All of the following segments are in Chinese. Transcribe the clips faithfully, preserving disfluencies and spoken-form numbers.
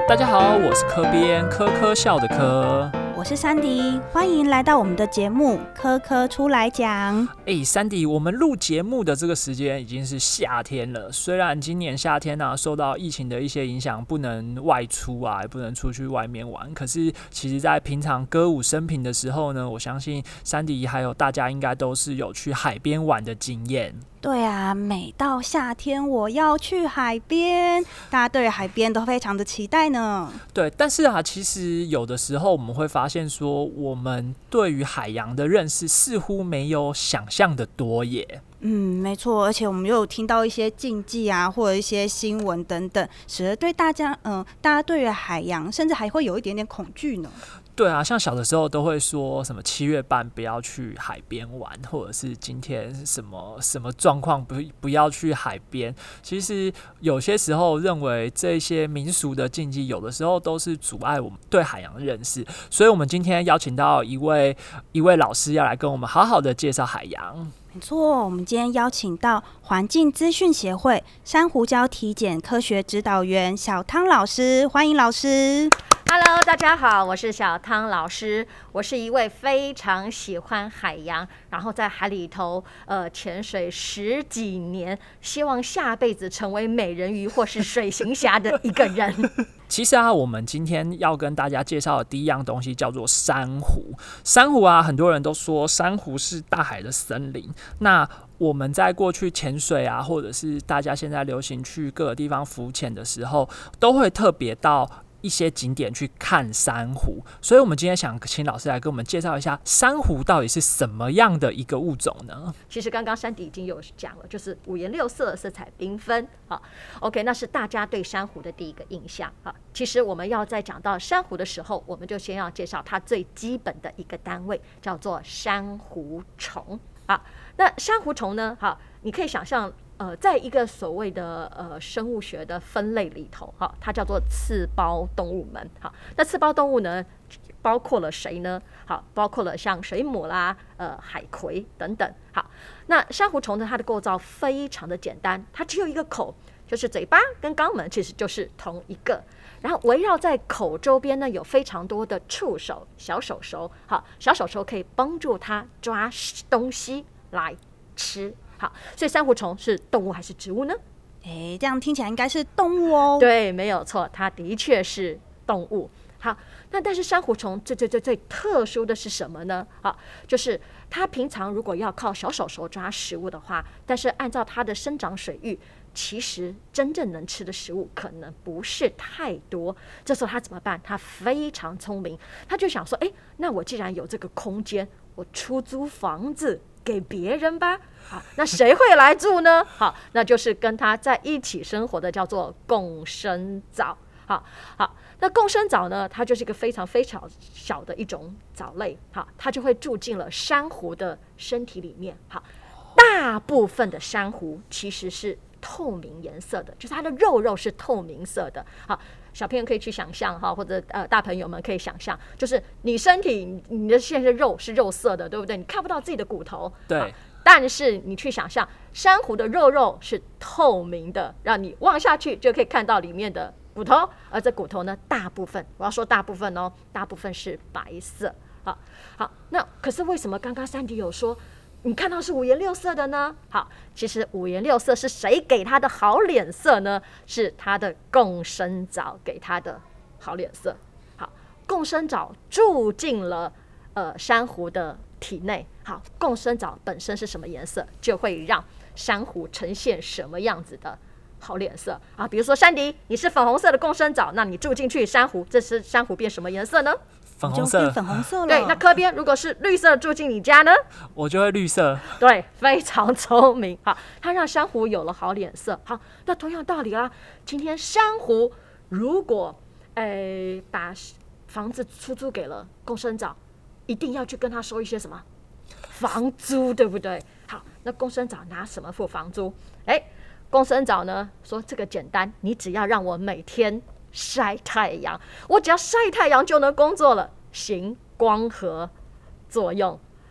大家好，我是柯编，柯柯笑的柯。 我是珊迪，欢迎来到我们的节目《柯柯出来讲》。 哎，珊迪，我们录节目的这个时间已经是夏天了。虽然今年夏天啊，受到疫情的一些影响，不能外出啊，也不能出去外面玩。可是，其实，在平常歌舞升平的时候呢，我相信珊迪还有大家应该都是有去海边玩的经验。 对啊，每到夏天我要去海边，大家对海边都非常的期待呢。 对，但是啊，其实有的时候我们会发现说，我们对于海洋的认识似乎没有想象的多耶。 嗯，没错，而且我们又有听到一些禁忌啊，或者一些新闻等等，使得对大家，嗯、呃，大家对于海洋甚至还会有一点点恐惧呢。 对啊，像小的时候都会说什么七月半不要去海边玩，或者是今天什么什么状况不不要去海边。其实有些时候认为这些民俗的禁忌，有的时候都是阻碍我们对海洋的认识。所以我们今天邀请到一位一位老师，要来跟我们好好的介绍海洋。 没错，我们今天邀请到环境资讯协会珊瑚礁体检科学指导员小汤老师，欢迎老师。 Hello， 大家好，我是小汤老师。我是一位非常喜欢海洋，然后在海里头呃潜水十几年，希望下辈子成为美人鱼或是水行侠的一个人。 其实啊，我们今天要跟大家介绍的第一样东西叫做珊瑚。珊瑚啊，很多人都说珊瑚是大海的森林。那我们在过去潜水啊，或者是大家现在流行去各个地方浮潜的时候，都会特别到一些景点去看珊瑚。所以我们今天想请老师来跟我们介绍一下珊瑚到底是什么样的一个物种呢？ 其实刚刚珊迪已经有讲了，就是五颜六色，色彩缤纷。好 ，OK， 那是大家对珊瑚的第一个印象。好，其实我们要在讲到珊瑚的时候，我们就先要介绍它最基本的一个单位，叫做珊瑚虫。好，那珊瑚虫呢？好，你可以想象。呃，在一个所谓的呃生物学的分类里头，哈，它叫做刺胞动物门。好，那刺胞动物呢，包括了谁呢？好，包括了像水母啦、呃海葵等等。好，那珊瑚虫呢，它的构造非常的简单，它只有一个口，就是嘴巴跟肛门其实就是同一个。然后围绕在口周边呢，有非常多的触手、小手手。好，小手手可以帮助它抓东西来吃。好，所以珊瑚虫是动物还是植物呢？ 哎，这样听起来应该是动物哦。 对，没有错，它的确是动物。好，那但是珊瑚虫最最最最特殊的是什么呢？好，就是它平常如果要靠小手手抓食物的话，但是按照它的生长水域，其实真正能吃的食物可能不是太多。这时候它怎么办？它非常聪明，它就想说，哎，那我既然有这个空间，我出租房子给别人吧。好，那谁会来住呢？好，那就是跟他在一起生活的叫做共生藻。好，好，那共生藻呢，它就是一个非常非常小的一种藻类。好，它就会住进了珊瑚的身体里面。好，大部分的珊瑚其实是透明颜色的，就是它的肉肉是透明色的。好，小朋友可以去想象哈，或者呃大朋友们可以想象，就是你身体你的现在肉是肉色的，对不对？你看不到自己的骨头。 对。 但是你去想象，珊瑚的肉肉是透明的，让你望下去就可以看到里面的骨头，而这骨头呢，大部分我要说大部分哦，大部分是白色。好，好，那可是为什么刚刚珊迪有说你看到是五颜六色的呢？好，其实五颜六色是谁给他的好脸色呢？是他的共生藻给他的好脸色。好，共生藻住进了呃珊瑚的体内。好，共生藻本身是什么颜色，就会让珊瑚呈现什么样子的好脸色啊。比如说珊迪，你是粉红色的共生藻，那你住进去珊瑚，这是珊瑚变什么颜色呢？ 粉红色， 就变粉红色了。 对，那柯边如果是绿色住进你家呢？ 我就会绿色。 对，非常聪明。好，它让珊瑚有了好脸色。好，那同样道理啦，今天珊瑚如果诶把房子出租给了共生藻，一定要去跟他收一些什么房租，对不对？好，那共生藻拿什么付房租？哎，共生藻呢说这个简单，你只要让我每天晒太阳，我只要晒太阳就能工作了，行光合作用。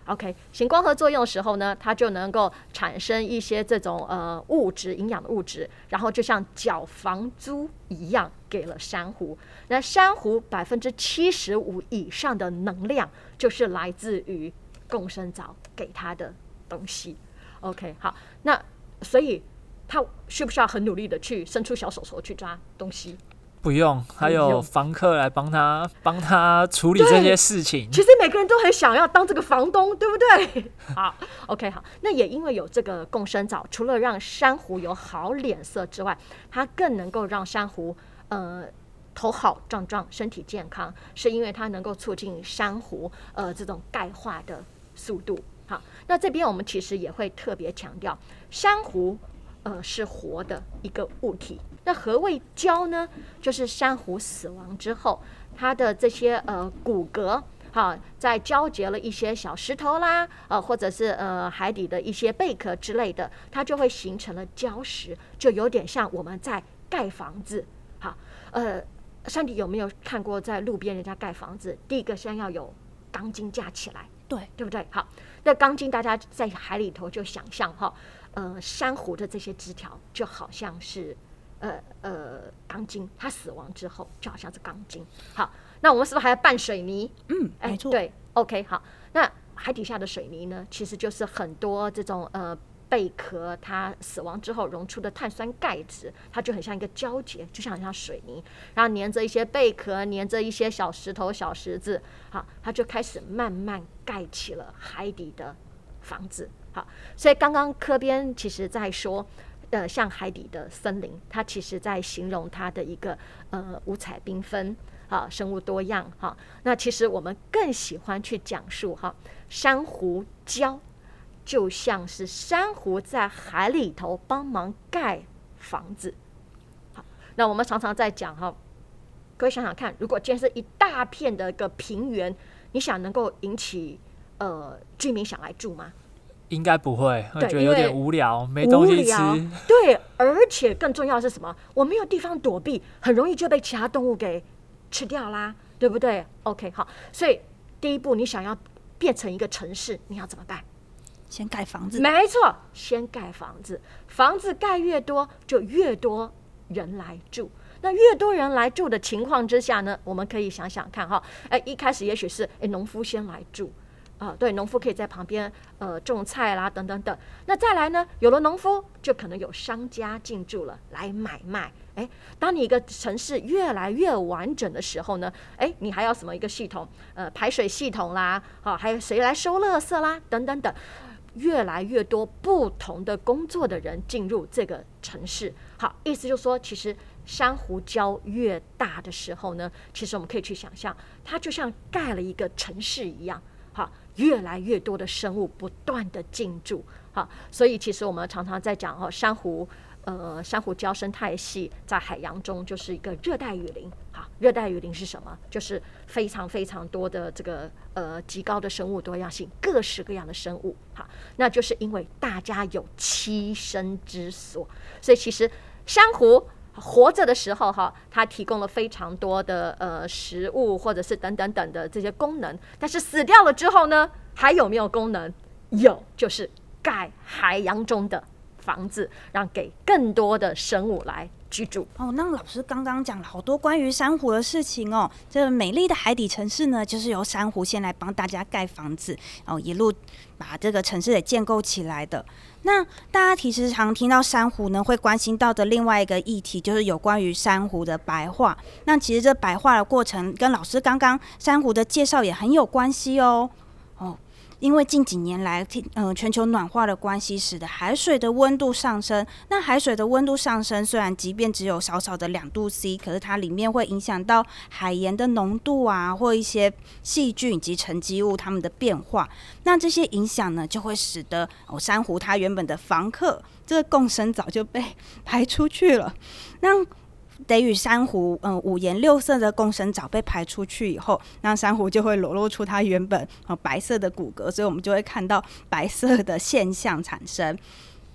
OK， 行光合作用的时候呢，它就能够产生一些这种呃物质，营养的物质，然后就像缴房租一样给了珊瑚。那珊瑚百分之七十五以上的能量就是来自于共生藻给它的东西。OK， 好，那所以它需不需要很努力的去伸出小手手去抓东西？ 不用，还有房客来帮他帮他处理这些事情。 其实每个人都很想要当这个房东，对不对？好 ，OK， 好。那也因为有这个共生藻，除了让珊瑚有好脸色之外，它更能够让珊瑚呃头好壮壮，身体健康，是因为它能够促进珊瑚呃这种钙化的速度。好，那这边我们其实也会特别强调，珊瑚呃是活的一个物体。那何谓礁呢？就是珊瑚死亡之后，它的这些呃骨骼，哈，在交结了一些小石头啦，呃，或者是呃海底的一些贝壳之类的，它就会形成了礁石，就有点像我们在盖房子。好，呃，珊迪有没有看过在路边人家盖房子？第一个先要有钢筋架起来， 对， 对不对？好，那钢筋大家在海里头就想象哈，呃，珊瑚的这些枝条就好像是。呃呃，钢筋，它死亡之后就好像是钢筋。好，那我们是不是还要拌水泥？ 嗯，没错。 对 ，OK， 好。那海底下的水泥呢，其实就是很多这种呃贝壳它死亡之后溶出的碳酸钙质，它就很像一个胶结，就像很像水泥，然后粘着一些贝壳，粘着一些小石头、小石子，好，它就开始慢慢盖起了海底的房子。好，所以刚刚科编其实在说。呃，像海底的森林，它其实在形容它的一个呃五彩缤纷啊，生物多样哈。那其实我们更喜欢去讲述哈，珊瑚礁就像是珊瑚在海里头帮忙盖房子。好，那我们常常在讲哈，各位想想看，如果今天是一大片的一个平原，你想能够引起呃居民想来住吗？ 应该不会，我觉得有点无聊，没东西吃。 对，而且更重要的是什么？我没有地方躲避，很容易就被其他动物给吃掉啦，对不对 ？OK， 好，所以第一步，你想要变成一个城市，你要怎么办？ 先盖房子。 没错，先盖房子，房子盖越多，就越多人来住。那越多人来住的情况之下呢，我们可以想想看哈，哎，一开始也许是哎农夫先来住。啊，对，农夫可以在旁边呃种菜啦，等等等。那再来呢，有了农夫，就可能有商家进驻了，来买卖。哎，当你一个城市越来越完整的时候呢，哎，你还要什么一个系统？呃，排水系统啦，好、啊，还有谁来收垃圾啦，等等等。越来越多不同的工作的人进入这个城市。好，意思就是说，其实珊瑚礁越大的时候呢，其实我们可以去想象，它就像盖了一个城市一样。好，越来越多的生物不断的进驻，好，所以其实我们常常在讲哦，珊瑚，呃，珊瑚礁生态系在海洋中就是一个热带雨林。好，热带雨林是什么？就是非常非常多的这个呃极高的生物多样性，各式各样的生物。好，那就是因为大家有栖身之所，所以其实珊瑚。活着的时候哈，它提供了非常多的呃食物或者是等等等的这些功能，但是死掉了之后呢，还有没有功能？有，就是盖海洋中的房子，让给更多的生物来居住。 哦，那老师刚刚讲了好多关于珊瑚的事情哦。这个美丽的海底城市呢，就是由珊瑚先来帮大家盖房子，然后一路把这个城市给建构起来的。那大家其实常听到珊瑚呢，会关心到的另外一个议题，就是有关于珊瑚的白化。那其实这白化的过程跟老师刚刚珊瑚的介绍也很有关系哦。哦。因为近几年来，呃，全球暖化的关系，使得海水的温度上升。那海水的温度上升，虽然即便只有少少的两度 C， 可是它里面会影响到海盐的浓度啊，或一些细菌以及沉积物它们的变化。那这些影响呢，就会使得哦珊瑚它原本的房客这个共生藻就被排出去了。那得与珊瑚，嗯、呃，五颜六色的共生藻被排出去以后，那珊瑚就会裸露出它原本、呃、白色的骨骼，所以我们就会看到白色的现象产生。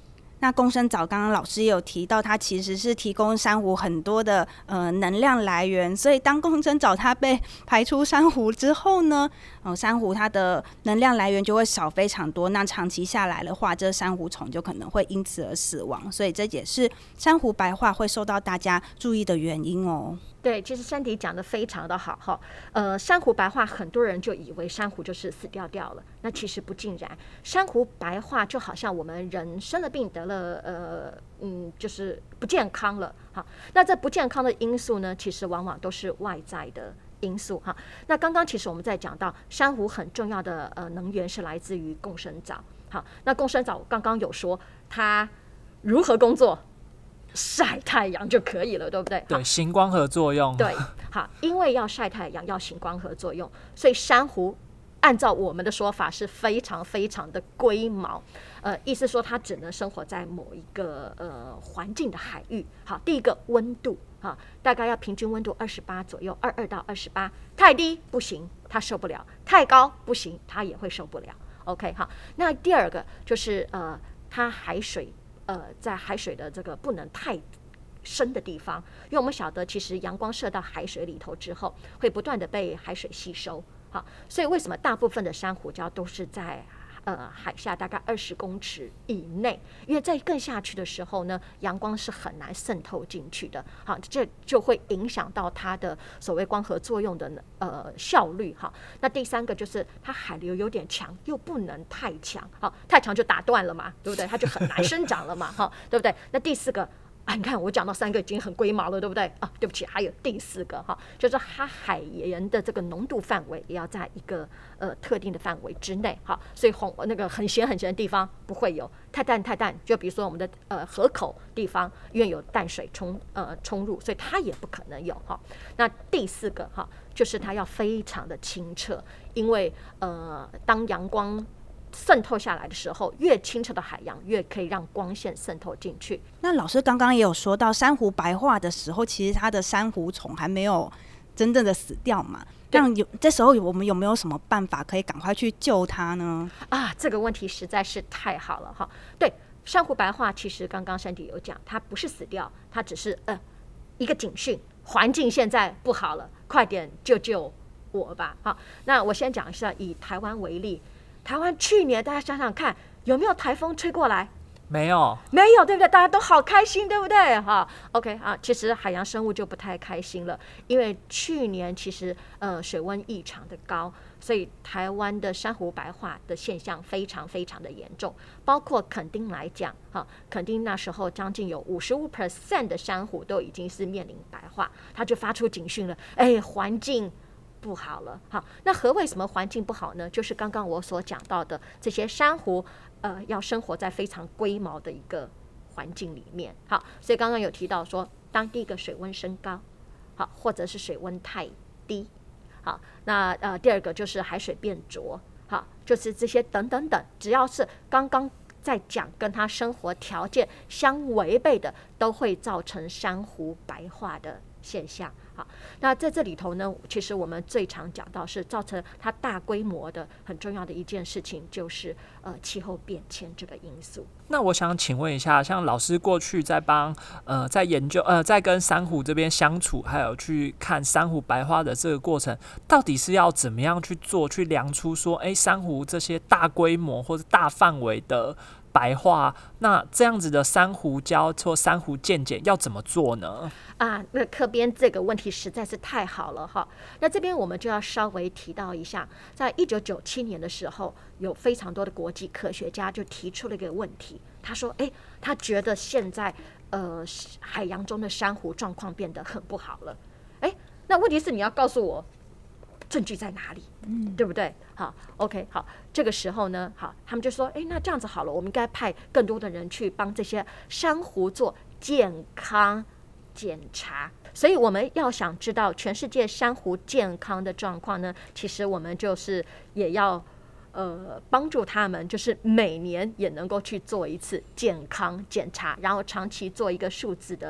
那共生藻刚刚老师也有提到，它其实是提供珊瑚很多的呃能量来源，所以当共生藻它被排出珊瑚之后呢，呃，珊瑚它的能量来源就会少非常多，那长期下来的话，这珊瑚虫就可能会因此而死亡，所以这也是珊瑚白化会受到大家注意的原因哦。 对，其实珊迪讲的非常的好哈。呃，珊瑚白化，很多人就以为珊瑚就是死掉掉了，那其实不尽然。珊瑚白化就好像我们人生了病，得了呃嗯，就是不健康了哈。那这不健康的因素呢，其实往往都是外在的因素哈。那刚刚其实我们在讲到珊瑚很重要的呃能源是来自于共生藻。好，那共生藻刚刚有说它如何工作？晒太阳就可以了，对不对？ 对，行光合作用。 对，好，因为要晒太阳，要行光合作用，所以珊瑚按照我们的说法是非常非常的龟毛，呃，意思说它只能生活在某一个呃环境的海域。好，第一个温度啊，大概要平均温度二十八左右，二二到二十八，太低不行，它受不了；太高不行，它也会受不了。OK， 好，那第二个就是呃，它海水。呃，在海水的这个不能太深的地方，因为我们晓得，其实阳光射到海水里头之后，会不断的被海水吸收。好，所以为什么大部分的珊瑚礁都是在呃海下大概二十公尺以内？因为在更下去的时候呢，阳光是很难渗透进去的。好，这就会影响到它的所谓光合作用的呃效率。哈，那第三个就是它海流有点强，又不能太强。好，太强就打断了嘛，对不对？它就很难生长了嘛，哈，对不对？那第四个。啊，你看我讲到三个已经很龟毛了，对不对？啊，对不起，还有第四个哈，就是它海盐的这个浓度范围也要在一个呃特定的范围之内，好，所以红那个很咸很咸的地方不会有，太淡太淡，就比如说我们的呃河口地方，因为有淡水冲呃冲入，所以它也不可能有哈。那第四个哈，就是它要非常的清澈，因为呃当阳光渗透下来的时候，越清澈的海洋越可以让光线渗透进去。 那老师刚刚也有说到，珊瑚白化的时候，其实它的珊瑚虫还没有真正的死掉嘛？那有这时候我们有没有什么办法可以赶快去救它呢？ 啊，这个问题实在是太好了哈！对，珊瑚白化其实刚刚珊迪有讲，它不是死掉，它只是呃一个警讯，环境现在不好了，快点救救我吧！好，那我先讲一下，以台湾为例。台湾去年大家想想看，有没有台风吹过来？ 没有， 没有，对不对？大家都好开心，对不对？哈 ，OK 啊，其实海洋生物就不太开心了，因为去年其实呃水温异常的高，所以台湾的珊瑚白化的现象非常非常的严重。包括垦丁来讲，哈，垦丁那时候将近有五十五 percent 的珊瑚都已经是面临白化，它就发出警讯了，哎，环境不好了。好，那何为什么环境不好呢？就是刚刚我所讲到的这些珊瑚，呃，要生活在非常龟毛的一个环境里面。好，所以刚刚有提到说，当第一个水温升高，好，或者是水温太低，好，那呃第二个就是海水变浊，好，就是这些等等等，只要是刚刚在讲跟它生活条件相违背的，都会造成珊瑚白化的现象。好，那在这里头呢，其实我们最常讲到是造成它大规模的很重要的一件事情，就是呃气候变迁这个因素。 那我想请问一下，像老师过去在帮呃在研究呃在跟珊瑚这边相处，还有去看珊瑚白化的这个过程，到底是要怎么样去做，去量出说，哎，珊瑚这些大规模或者大范围的白化，那这样子的珊瑚礁或珊瑚渐减要怎么做呢？ 啊，那科编这个问题实在是太好了哈。那这边我们就要稍微提到一下，在一九九七年的时候，有非常多的国际科学家就提出了一个问题，他说，哎，他觉得现在呃海洋中的珊瑚状况变得很不好了。哎，那问题是你要告诉我证据在哪里，嗯，对不对？好 ，OK， 好，这个时候呢，好，他们就说，哎，那这样子好了，我们应该派更多的人去帮这些珊瑚做健康检查。所以我们要想知道全世界珊瑚健康的状况呢，其实我们就是也要呃帮助他们，就是每年也能够去做一次健康检查，然后长期做一个数字的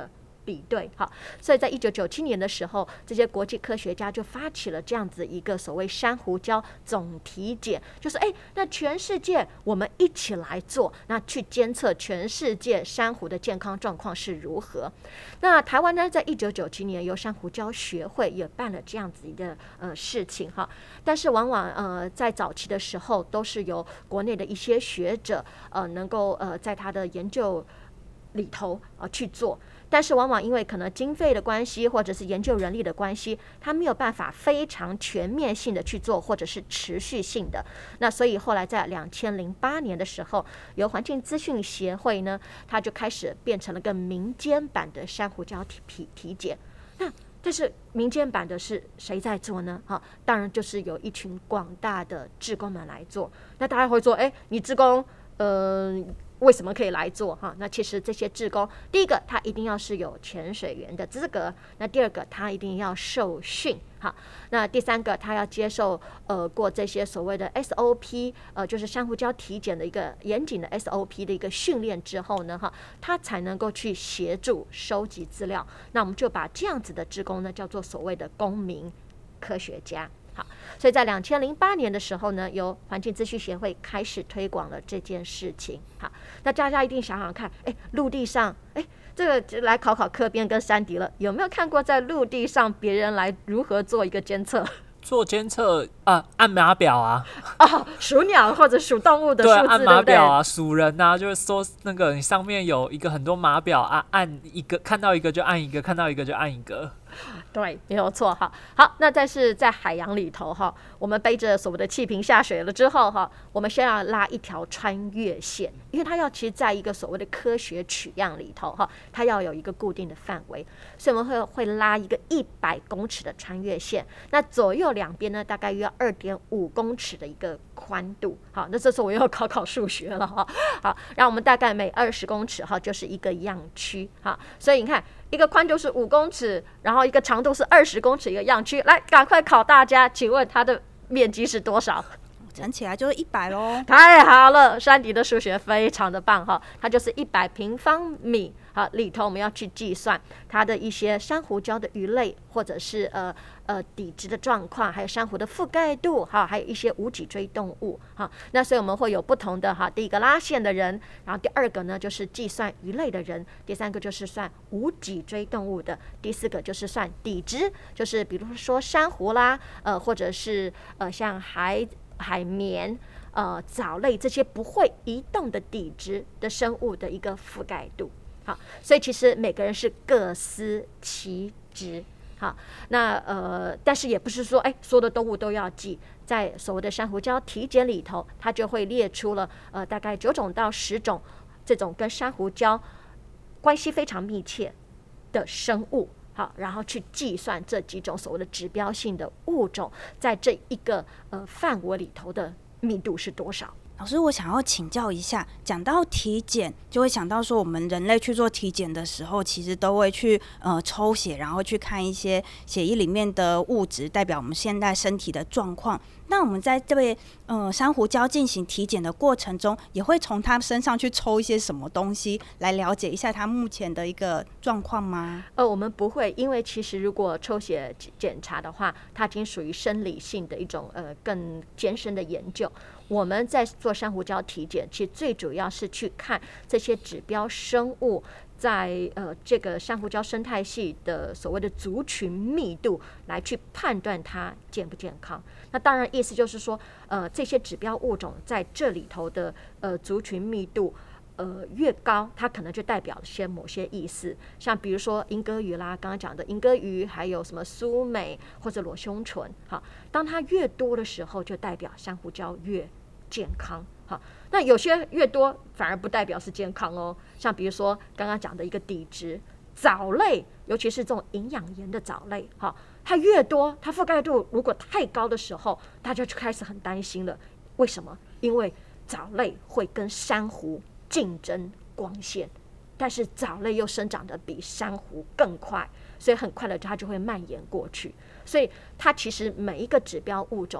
比对。好，所以在一九九七年的时候，这些国际科学家就发起了这样子一个所谓珊瑚礁总体检，就是哎，那全世界我们一起来做，那去监测全世界珊瑚的健康状况是如何。那台湾呢，在一九九七年由珊瑚礁学会也办了这样子的呃事情哈，但是往往呃在早期的时候都是由国内的一些学者呃能够呃在他的研究里头呃去做，但是往往因为可能经费的关系，或者是研究人力的关系，他没有办法非常全面性的去做，或者是持续性的。那所以后来在两千零八年的时候，由环境资讯协会呢，它就开始变成了个民间版的珊瑚礁体体体检。那但是民间版的是谁在做呢？哈，当然就是有一群广大的志工们来做。那大家会说，哎，你志工，呃。为什么可以来做哈？那其实这些志工，第一个他一定要是有潜水员的资格，那第二个他一定要受训哈，那第三个他要接受呃过这些所谓的 S O P， 呃就是珊瑚礁体检的一个严谨的 S O P 的一个训练之后呢哈，他才能够去协助收集资料。那我们就把这样子的志工呢叫做所谓的公民科学家。好，所以在两千零八年的时候呢，由环境资讯协会开始推广了这件事情。好，那大家一定想想看，哎，陆地上，哎，这个就来考考柯编跟珊迪了，有没有看过在陆地上别人来如何做一个监测？ 做监测啊，按码表啊， 哦，数鸟或者数动物的数字， 对，按码表啊， 对数人啊，就是说那个你上面有一个很多码表啊，按一个看到一个就按一个，看到一个就按一个。 对，没有错哈。好，那再是在海洋里头哈，我们背着所谓的气瓶下水了之后哈，我们先要拉一条穿越线，因为它要其实在一个所谓的科学取样里头哈，它要有一个固定的范围，所以我们会会拉一个一百公尺的穿越线，那左右两边呢大概约二点五公尺的一个宽度。好，那这时候我又要考考数学了哈。好，然后我们大概每二十公尺哈就是一个样区哈，所以你看。一个宽度是五公尺，然后一个长度是二十公尺一个样区，来赶快考大家，请问它的面积是多少？ 乘起来就是一百咯。 太好了，珊迪的数学非常的棒哈，它就是一百平方米。好，里头我们要去计算它的一些珊瑚礁的鱼类，或者是呃呃底质的状况，还有珊瑚的覆盖度哈，还有一些无脊椎动物哈。那所以我们会有不同的哈，第一个拉线的人，然后第二个呢就是计算鱼类的人，第三个就是算无脊椎动物的，第四个就是算底质，就是比如说珊瑚啦，呃或者是呃像海海绵。呃，藻类这些不会移动的底质的生物的一个覆盖度。好，所以其实每个人是各司其职。好，那呃，但是也不是说，哎，所有的动物都要记，在所谓的珊瑚礁体检里头，它就会列出了呃大概九种到十种这种跟珊瑚礁关系非常密切的生物。好，然后去计算这几种所谓的指标性的物种在这一个呃范围里头的密度是多少。 老师，我想要请教一下，讲到体检，就会想到说，我们人类去做体检的时候，其实都会去呃抽血，然后去看一些血液里面的物质，代表我们现在身体的状况。那我们在这位呃珊瑚礁进行体检的过程中，也会从它身上去抽一些什么东西，来了解一下它目前的一个状况吗？ 呃，我们不会，因为其实如果抽血检查的话，它已经属于生理性的一种呃更艰深的研究。我们在做珊瑚礁体检，其实最主要是去看这些指标生物在呃这个珊瑚礁生态系的所谓的族群密度，来去判断它健不健康。那当然意思就是说，呃这些指标物种在这里头的呃族群密度。呃，越高，它可能就代表些某些意思，像比如说银鸽鱼啦，刚刚讲的银鸽鱼，还有什么苏美或者裸胸唇，好，当它越多的时候，就代表珊瑚礁越健康，好，那有些越多反而不代表是健康哦，像比如说刚刚讲的一个底质藻类，尤其是这种营养盐的藻类，好，它越多，它覆盖度如果太高的时候，大家就开始很担心了，为什么？因为藻类会跟珊瑚竞争光线，但是藻类又生长得比珊瑚更快，所以很快的它就会蔓延过去。所以它其实每一个指标物种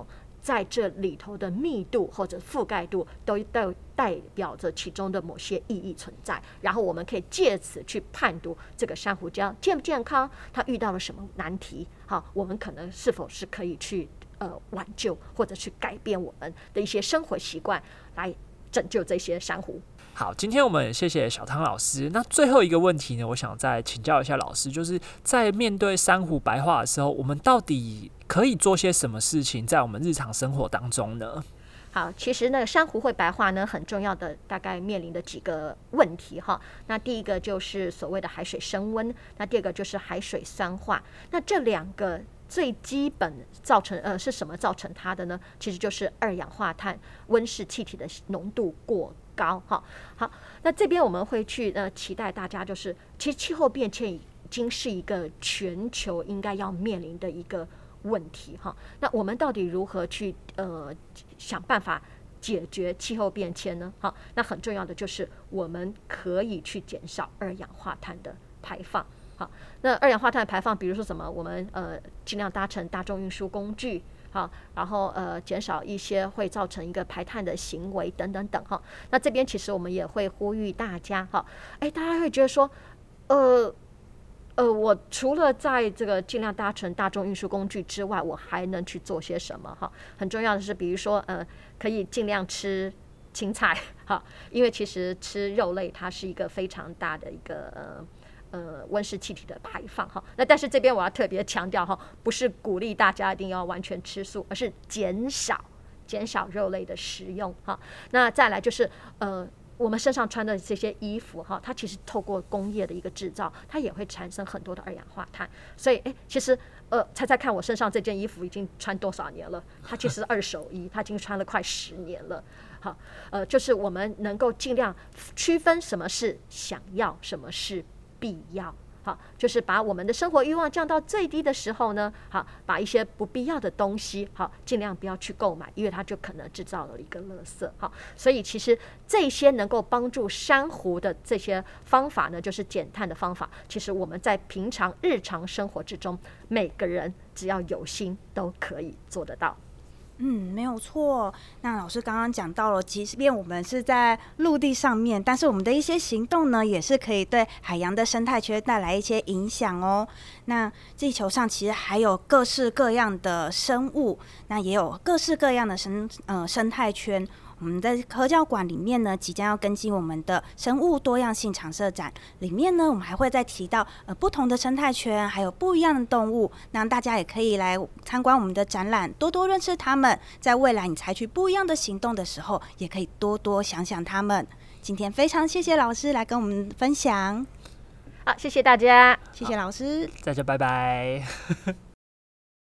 在这里头的密度或者覆盖度都代代表着其中的某些意义存在，然后我们可以借此去判读这个珊瑚礁健不健康，它遇到了什么难题，好，我们可能是否是可以去呃挽救或者去改变我们的一些生活习惯，来拯救这些珊瑚。 好，今天我们谢谢小汤老师。那最后一个问题呢，我想再请教一下老师，就是在面对珊瑚白化的时候，我们到底可以做些什么事情在我们日常生活当中呢？ 好，其实呢，珊瑚会白化呢，很重要的大概面临的几个问题哈。那第一个就是所谓的海水升温，那第二个就是海水酸化。那这两个最基本造成呃是什么造成它的呢？其实就是二氧化碳温室气体的浓度过高哈。好，那这边我们会去呃期待大家就是，其实气候变迁已经是一个全球应该要面临的一个问题哈。那我们到底如何去呃想办法解决气候变迁呢？好，那很重要的就是我们可以去减少二氧化碳的排放。好，那二氧化碳排放，比如说什么，我们呃尽量搭乘大众运输工具，好，然后呃减少一些会造成一个排碳的行为等等等哈。那这边其实我们也会呼吁大家哈，哎，大家会觉得说，呃呃，我除了在这个尽量搭乘大众运输工具之外，我还能去做些什么哈？很重要的是，比如说呃，可以尽量吃青菜哈，因为其实吃肉类它是一个非常大的一个呃。呃，温室气体的排放哈，那但是这边我要特别强调哈，不是鼓励大家一定要完全吃素，而是减少减少肉类的食用哈。那再来就是呃，我们身上穿的这些衣服哈，它其实透过工业的一个制造，它也会产生很多的二氧化碳。所以哎，其实呃，猜猜看，我身上这件衣服已经穿多少年了？它其实是二手衣，它已经穿了快十年了。好，呃，就是我们能够尽量区分什么是想要，什么是必要，好，就是把我们的生活欲望降到最低的时候呢，好，把一些不必要的东西，好，尽量不要去购买，因为它就可能制造了一个垃圾，好，所以其实这些能够帮助珊瑚的这些方法呢，就是减碳的方法，其实我们在平常日常生活之中，每个人只要有心都可以做得到。 嗯，没有错。那老师刚刚讲到了，即便我们是在陆地上面，但是我们的一些行动呢，也是可以对海洋的生态圈带来一些影响哦。那地球上其实还有各式各样的生物，那也有各式各样的生呃生态圈。我们在科教馆里面呢，即将要跟进我们的生物多样性常设展，里面呢，我们还会再提到呃不同的生态圈，还有不一样的动物，那大家也可以来参观我们的展览，多多认识他们。在未来你采取不一样的行动的时候，也可以多多想想他们。今天非常谢谢老师来跟我们分享， 好，谢谢大家， 谢谢老师， 大家拜拜。